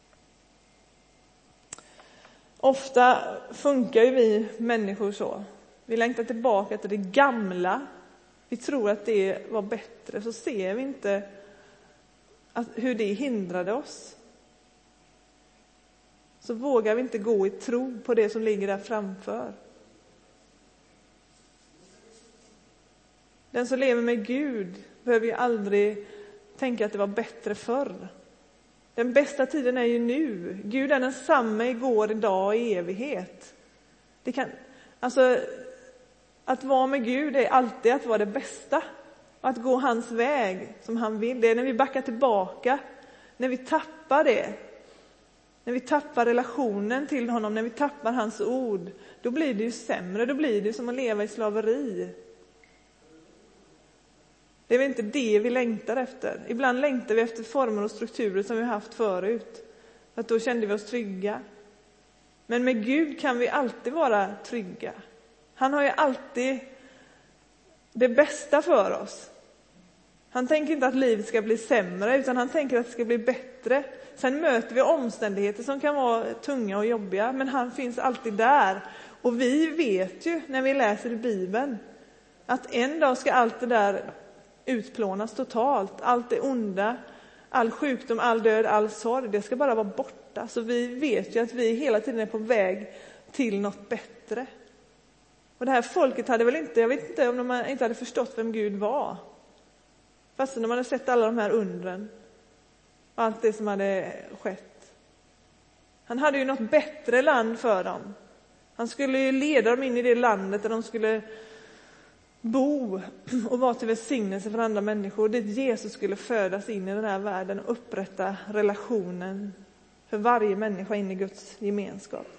Ofta funkar ju vi människor så. Vi längtar tillbaka till det gamla. Vi tror att det var bättre. Så ser vi inte hur det hindrade oss. Så vågar vi inte gå i tro på det som ligger där framför. Den som lever med Gud behöver ju aldrig tänka att det var bättre förr. Den bästa tiden är ju nu. Gud är densamma igår, idag och i evighet. Att vara med Gud är alltid att vara det bästa. Och att gå hans väg som han vill. Det är när vi backar tillbaka, när vi tappar det. När vi tappar relationen till honom, när vi tappar hans ord. Då blir det ju sämre, då blir det som att leva i slaveri. Det är väl inte det vi längtar efter. Ibland längtar vi efter former och strukturer som vi har haft förut. För att då kände vi oss trygga. Men med Gud kan vi alltid vara trygga. Han har ju alltid det bästa för oss. Han tänker inte att livet ska bli sämre, utan han tänker att det ska bli bättre. Sen möter vi omständigheter som kan vara tunga och jobbiga, men han finns alltid där. Och vi vet ju när vi läser i Bibeln att en dag ska allt det där utplånas totalt. Allt det onda, all sjukdom, all död, all sorg, det ska bara vara borta. Så vi vet ju att vi hela tiden är på väg till något bättre. Och det här folket hade väl inte, jag vet inte om de inte hade förstått vem Gud var. Fast de hade sett alla de här undren och allt det som hade skett. Han hade ju något bättre land för dem. Han skulle ju leda dem in i det landet där de skulle bo och vara till välsignelse för andra människor. Dit Jesus skulle födas in i den här världen och upprätta relationen för varje människa in i Guds gemenskap.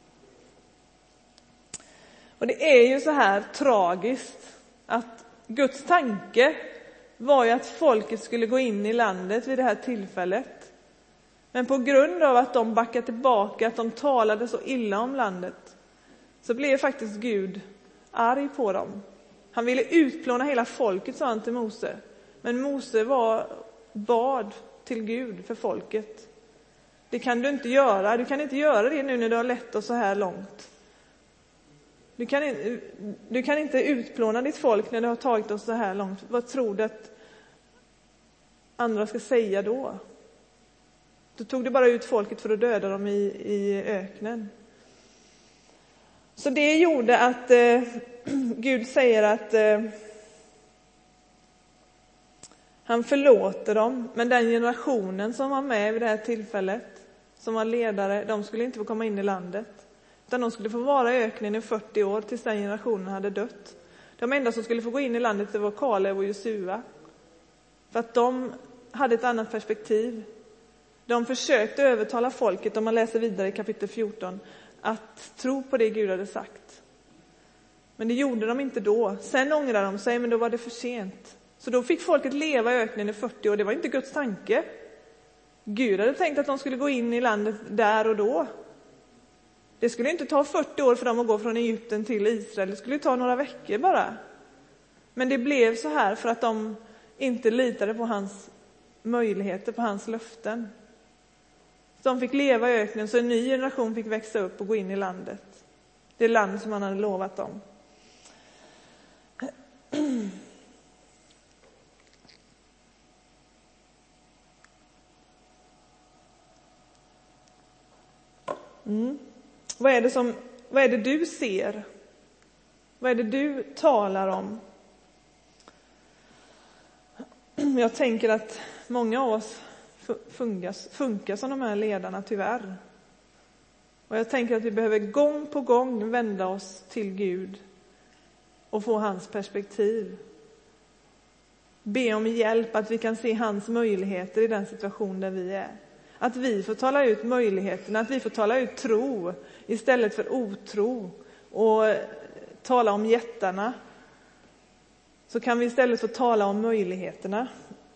Och det är ju så här tragiskt att Guds tanke var ju att folket skulle gå in i landet vid det här tillfället. Men på grund av att de backade tillbaka, att de talade så illa om landet, så blev faktiskt Gud arg på dem. Han ville utplåna hela folket, sa han till Mose. Men Mose bad till Gud för folket. Det kan du inte göra. Du kan inte göra det nu när du har lett oss så här långt. Du kan inte utplåna ditt folk när du har tagit oss så här långt. Vad tror du att andra ska säga då? Då tog du bara ut folket för att döda dem i öknen. Så det gjorde att Gud säger att han förlåter dem. Men den generationen som var med vid det här tillfället, som var ledare, de skulle inte få komma in i landet. Utan de skulle få vara i öknen i 40 år tills den generationen hade dött. De enda som skulle få gå in i landet, det var Kaleb och Josua. För att de hade ett annat perspektiv. De försökte övertala folket, om man läser vidare i kapitel 14, att tro på det Gud hade sagt. Men det gjorde de inte då. Sen ångrade de sig, men då var det för sent. Så då fick folket leva i öknen i 40 år. Det var inte Guds tanke. Gud hade tänkt att de skulle gå in i landet där och då. Det skulle inte ta 40 år för dem att gå från Egypten till Israel. Det skulle ta några veckor bara. Men det blev så här för att de inte litade på hans möjligheter, på hans löften. Så de fick leva i öknen, så en ny generation fick växa upp och gå in i landet. Det land som han hade lovat dem. Vad är det du ser? Vad är det du talar om? Jag tänker att många av oss funkar som de här ledarna, tyvärr. Och jag tänker att vi behöver gång på gång vända oss till Gud och få hans perspektiv. Be om hjälp, att vi kan se hans möjligheter i den situation där vi är. Att vi får tala ut möjligheterna, att vi får tala ut tro istället för otro. Och tala om jättarna. Så kan vi istället få tala om möjligheterna.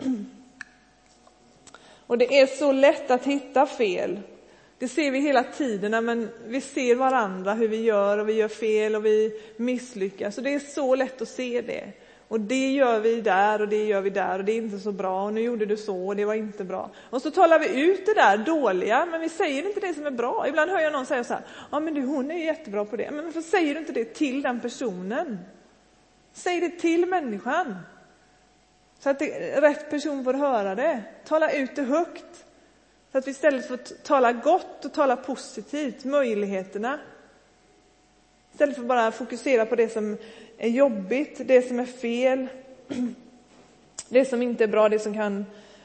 Och det är så lätt att hitta fel. Det ser vi hela tiden, men vi ser varandra hur vi gör, och vi gör fel och vi misslyckas. Så det är så lätt att se det. Och det gör vi där och det gör vi där och det är inte så bra. Och nu gjorde du så och det var inte bra. Och så talar vi ut det där dåliga, men vi säger inte det som är bra. Ibland hör jag någon säga så här: ja men du, hon är jättebra på det. Men varför säger du inte det till den personen? Säg det till människan. Så att rätt person får höra det. Tala ut det högt. Så att vi istället får tala gott och tala positivt. Möjligheterna. Istället för bara fokusera på det som är jobbigt. Det som är fel. Det som inte är bra. Det som kan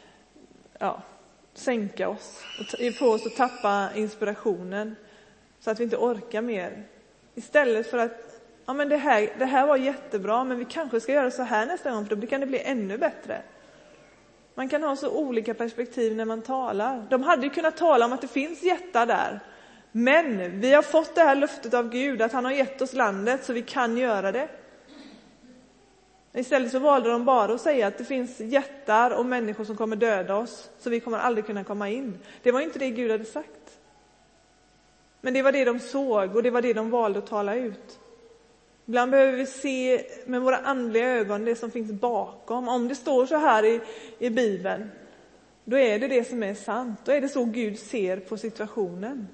sänka oss. Och få oss att tappa inspirationen. Så att vi inte orkar mer. Istället för att men det här var jättebra, men vi kanske ska göra så här nästa gång, för då kan det bli ännu bättre. Man kan ha så olika perspektiv när man talar. De hade ju kunnat tala om att det finns jättar där. Men vi har fått det här löftet av Gud att han har gett oss landet så vi kan göra det. Istället så valde de bara att säga att det finns jättar och människor som kommer döda oss, så vi kommer aldrig kunna komma in. Det var inte det Gud hade sagt. Men det var det de såg och det var det de valde att tala ut. Ibland behöver vi se med våra andliga ögon det som finns bakom. Om det står så här i Bibeln, då är det som är sant. Då är det så Gud ser på situationen.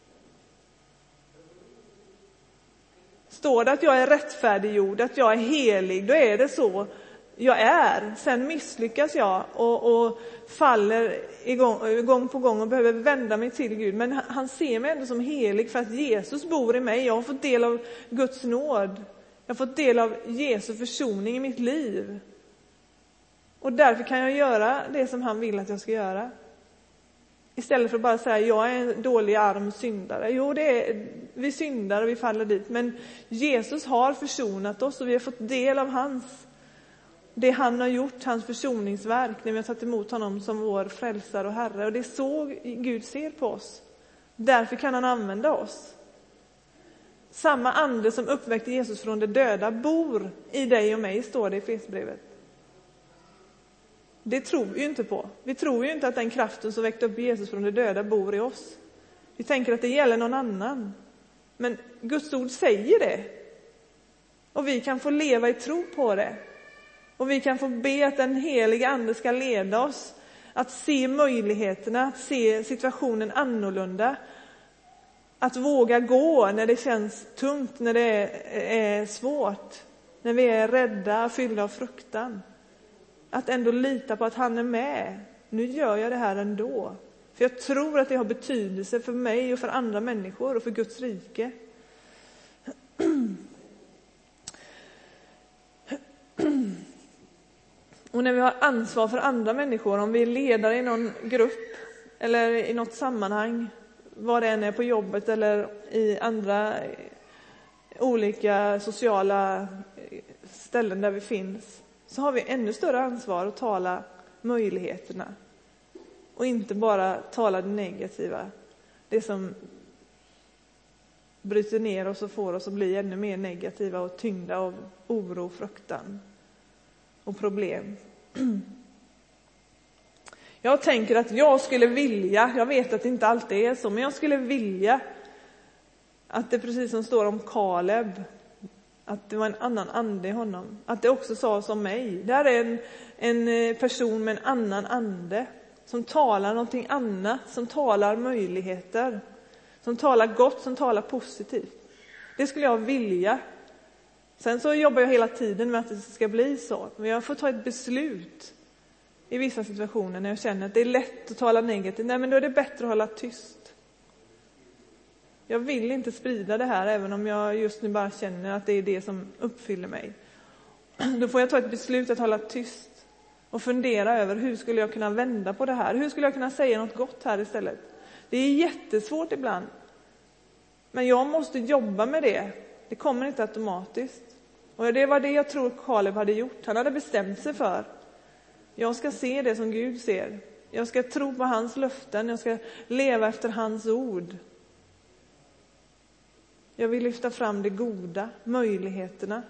Står det att jag är rättfärdiggjord, att jag är helig, då är det så jag är. Sen misslyckas jag och faller gång på gång och behöver vända mig till Gud. Men han ser mig ändå som helig för att Jesus bor i mig. Jag har fått del av Guds nåd. Jag har fått del av Jesu försoning i mitt liv. Och därför kan jag göra det som han vill att jag ska göra. Istället för att bara säga jag är en dålig arm syndare. Jo, vi syndar och vi faller dit. Men Jesus har försonat oss och vi har fått del av det han har gjort, hans försoningsverk, när vi har tagit emot honom som vår frälsare och herre. Och det är så Gud ser på oss. Därför kan han använda oss. Samma ande som uppväckte Jesus från de döda bor i dig och mig, står det i Efesierbrevet. Det tror vi ju inte på. Vi tror ju inte att den kraften som väckte upp Jesus från de döda bor i oss. Vi tänker att det gäller någon annan. Men Guds ord säger det. Och vi kan få leva i tro på det. Och vi kan få be att den heliga ande ska leda oss. Att se möjligheterna, att se situationen annorlunda. Att våga gå när det känns tungt, när det är svårt. När vi är rädda, fyllda av fruktan. Att ändå lita på att han är med. Nu gör jag det här ändå. För jag tror att det har betydelse för mig och för andra människor och för Guds rike. Och när vi har ansvar för andra människor, om vi är ledare i någon grupp eller i något sammanhang, vad det än är på jobbet eller i andra olika sociala ställen där vi finns, så har vi ännu större ansvar att tala möjligheterna. Och inte bara tala det negativa. Det som bryter ner oss och får oss att bli ännu mer negativa och tyngda av oro, fruktan och problem. Jag tänker att jag skulle vilja, jag vet att det inte alltid är så, men jag skulle vilja att det, precis som står om Kaleb, att det var en annan ande i honom. Att det också sades om mig. Det här är en person med en annan ande. Som talar någonting annat. Som talar möjligheter. Som talar gott, som talar positivt. Det skulle jag vilja. Sen så jobbar jag hela tiden med att det ska bli så. Men jag får ta ett beslut i vissa situationer när jag känner att det är lätt att tala negativt. Nej, men då är det bättre att hålla tyst. Jag vill inte sprida det här, även om jag just nu bara känner att det är det som uppfyller mig. Då får jag ta ett beslut att hålla tyst och fundera över hur skulle jag kunna vända på det här. Hur skulle jag kunna säga något gott här istället? Det är jättesvårt ibland. Men jag måste jobba med det. Det kommer inte automatiskt. Och det var det jag tror Kaleb hade gjort. Han hade bestämt sig för: jag ska se det som Gud ser. Jag ska tro på hans löften. Jag ska leva efter hans ord. Jag vill lyfta fram det goda, möjligheterna.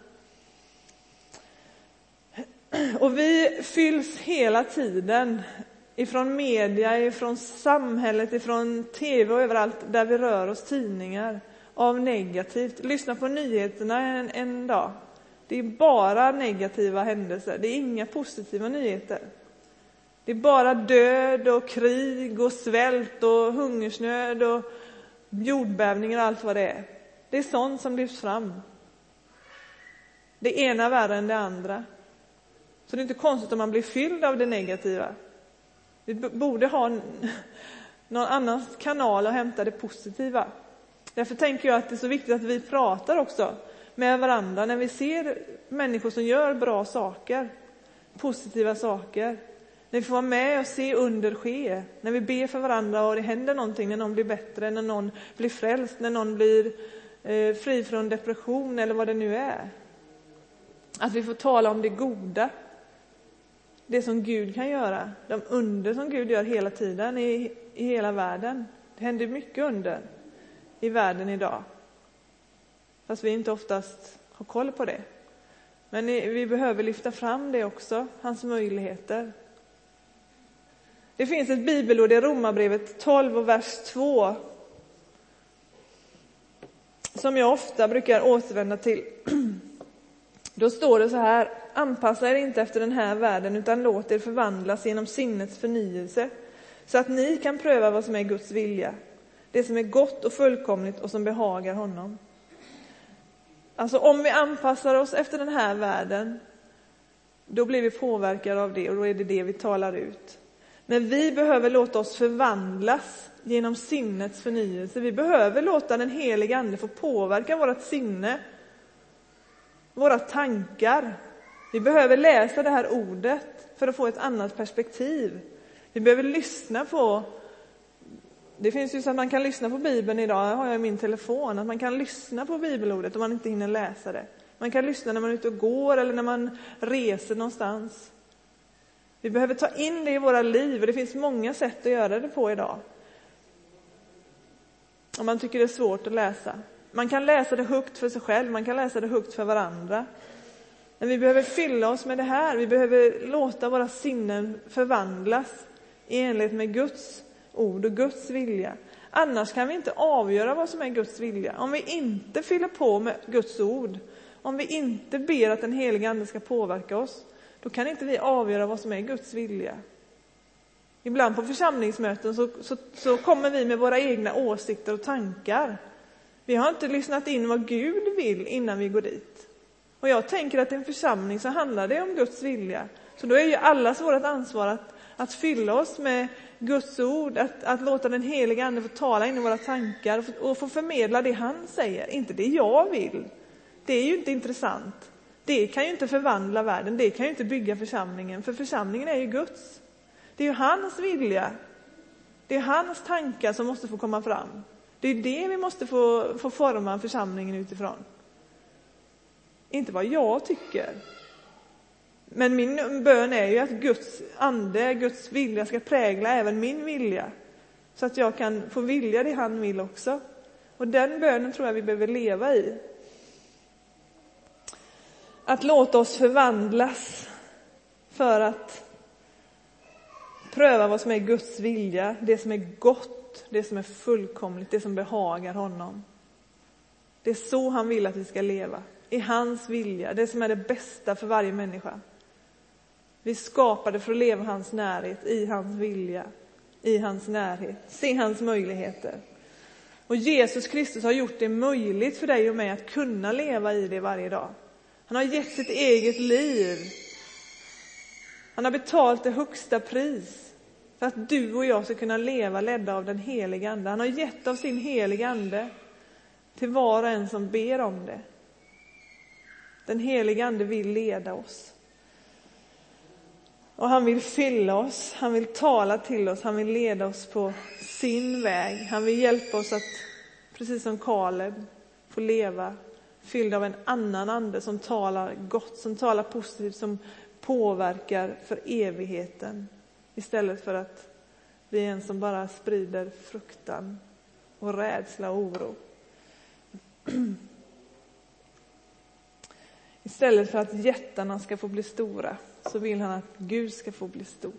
Och vi fylls hela tiden ifrån media, ifrån samhället, ifrån tv och överallt där vi rör oss, tidningar, av negativt. Lyssna på nyheterna en dag. Det är bara negativa händelser. Det är inga positiva nyheter. Det är bara död och krig och svält och hungersnöd och jordbävningar och allt vad det är. Det är sånt som lyfts fram. Det ena värre än det andra. Så det är inte konstigt om man blir fylld av det negativa. Vi borde ha någon annan kanal att hämta det positiva. Därför tänker jag att det är så viktigt att vi pratar också med varandra när vi ser människor som gör bra saker, positiva saker. När vi får vara med och se under ske. När vi ber för varandra och det händer någonting, när någon blir bättre, när någon blir frälst, när någon blir fri från depression eller vad det nu är. Att vi får tala om det goda. Det som Gud kan göra. De under som Gud gör hela tiden i hela världen. Det händer mycket under i världen idag. Fast vi inte oftast har koll på det. Men vi behöver lyfta fram det också. Hans möjligheter. Det finns ett bibelord i Romarbrevet 12 och vers 2. Som jag ofta brukar återvända till. Då står det så här: anpassa er inte efter den här världen, utan låt er förvandlas genom sinnets förnyelse, så att ni kan pröva vad som är Guds vilja, det som är gott och fullkomligt och som behagar honom. Alltså om vi anpassar oss efter den här världen, då blir vi påverkade av det och då är det det vi talar ut. Men vi behöver låta oss förvandlas genom sinnets förnyelse. Vi behöver låta den heliga ande få påverka vårt sinne, våra tankar. Vi behöver läsa det här ordet för att få ett annat perspektiv. Vi behöver lyssna på... Det finns ju så att man kan lyssna på Bibeln idag. Det har jag i min telefon. Att man kan lyssna på bibelordet om man inte hinner läsa det. Man kan lyssna när man är ute och går eller när man reser någonstans. Vi behöver ta in det i våra liv. Och det finns många sätt att göra det på idag. Om man tycker det är svårt att läsa. Man kan läsa det högt för sig själv. Man kan läsa det högt för varandra. Men vi behöver fylla oss med det här. Vi behöver låta våra sinnen förvandlas i enlighet med Guds ord och Guds vilja. Annars kan vi inte avgöra vad som är Guds vilja. Om vi inte fyller på med Guds ord, om vi inte ber att den heliga ande ska påverka oss, då kan inte vi avgöra vad som är Guds vilja. Ibland på församlingsmöten så kommer vi med våra egna åsikter och tankar. Vi har inte lyssnat in vad Gud vill innan vi går dit. Och jag tänker att i en församling så handlar det om Guds vilja. Så då är ju allas vårt ansvar att fylla oss med Guds ord, att låta den heliga ande få tala in i våra tankar och få förmedla det han säger, inte det jag vill. Det är ju inte intressant. Det kan ju inte förvandla världen, det kan ju inte bygga församlingen, för församlingen är ju Guds. Det är ju hans vilja, det är hans tankar som måste få komma fram. Det är det vi måste få forma församlingen utifrån. Inte vad jag tycker. Men min bön är ju att Guds ande, Guds vilja ska prägla även min vilja. Så att jag kan få vilja det han vill också. Och den bönen tror jag vi behöver leva i. Att låta oss förvandlas för att pröva vad som är Guds vilja. Det som är gott, det som är fullkomligt, det som behagar honom. Det är så han vill att vi ska leva. I hans vilja, det som är det bästa för varje människa. Vi skapade för att leva hans närhet, i hans vilja, i hans närhet. Se hans möjligheter. Och Jesus Kristus har gjort det möjligt för dig och mig att kunna leva i det varje dag. Han har gett sitt eget liv. Han har betalt det högsta pris för att du och jag ska kunna leva ledda av den heliga ande. Han har gett av sin heliga ande till var och en som ber om det. Den heliga ande vill leda oss. Och han vill fylla oss, han vill tala till oss, han vill leda oss på sin väg. Han vill hjälpa oss att, precis som Kaleb, få leva fylld av en annan ande som talar gott, som talar positivt, som påverkar för evigheten. Istället för att bli en som bara sprider fruktan och rädsla och oro. Istället för att jättarna ska få bli stora så vill han att Gud ska få bli stor.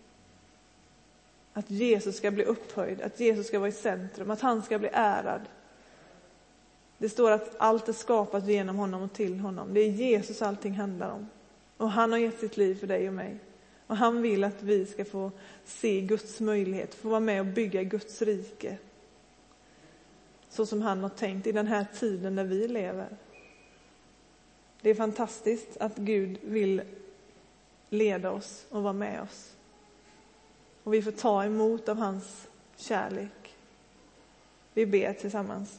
Att Jesus ska bli upphöjd, att Jesus ska vara i centrum, att han ska bli ärad. Det står att allt är skapat genom honom och till honom. Det är Jesus allting handlar om. Och han har gett sitt liv för dig och mig. Och han vill att vi ska få se Guds möjlighet, få vara med och bygga Guds rike. Så som han har tänkt i den här tiden där vi lever. Det är fantastiskt att Gud vill leda oss och vara med oss. Och vi får ta emot av hans kärlek. Vi ber tillsammans.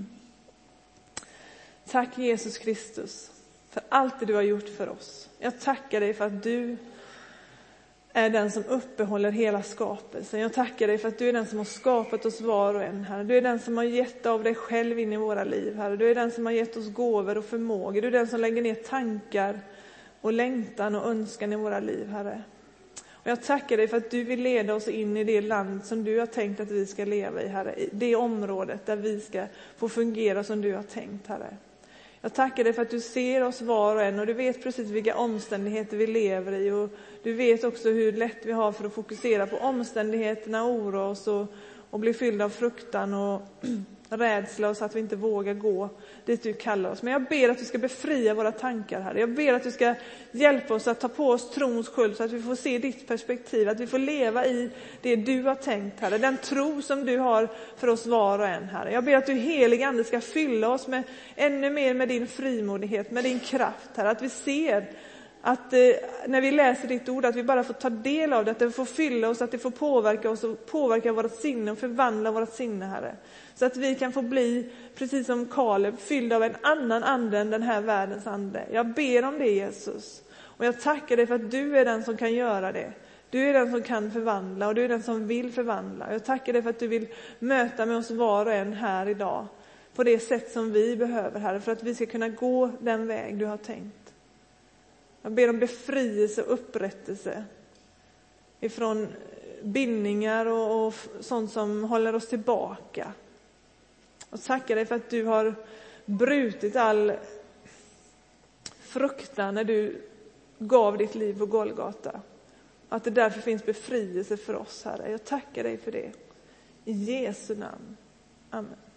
Tack Jesus Kristus för allt det du har gjort för oss. Jag tackar dig för att du är den som uppehåller hela skapelsen. Jag tackar dig för att du är den som har skapat oss var och en, Herre. Du är den som har gett av dig själv in i våra liv, Herre. Du är den som har gett oss gåvor och förmågor. Du är den som lägger ner tankar och längtan och önskan i våra liv, Herre. Och jag tackar dig för att du vill leda oss in i det land som du har tänkt att vi ska leva i, Herre. I det området där vi ska få fungera som du har tänkt, Herre. Jag tackar dig för att du ser oss var och en och du vet precis vilka omständigheter vi lever i. Och du vet också hur lätt vi har för att fokusera på omständigheterna, oroa oss och bli fyllda av fruktan och rädsla och så att vi inte vågar gå dit du kallar oss. Men jag ber att du ska befria våra tankar här. Jag ber att du ska hjälpa oss att ta på oss trons sköld så att vi får se ditt perspektiv. Att vi får leva i det du har tänkt, Herre. Den tro som du har för oss var och en, Herre. Jag ber att du helig ande ska fylla oss med ännu mer med din frimodighet, med din kraft, Herre. Att vi ser att när vi läser ditt ord att vi bara får ta del av det, att det får fylla oss, att det får påverka oss och påverka våra sinnen och förvandla våra sinnen, Herre. Så att vi kan få bli, precis som Kaleb, fyllda av en annan ande än den här världens ande. Jag ber om det, Jesus. Och jag tackar dig för att du är den som kan göra det. Du är den som kan förvandla och du är den som vill förvandla. Jag tackar dig för att du vill möta med oss var och en här idag på det sätt som vi behöver, Herre, för att vi ska kunna gå den väg du har tänkt. Jag ber om befrielse och upprättelse ifrån bindningar och sånt som håller oss tillbaka. Och tackar dig för att du har brutit all fruktan när du gav ditt liv på Golgata. Att det därför finns befrielse för oss, Herre. Jag tackar dig för det. I Jesu namn. Amen.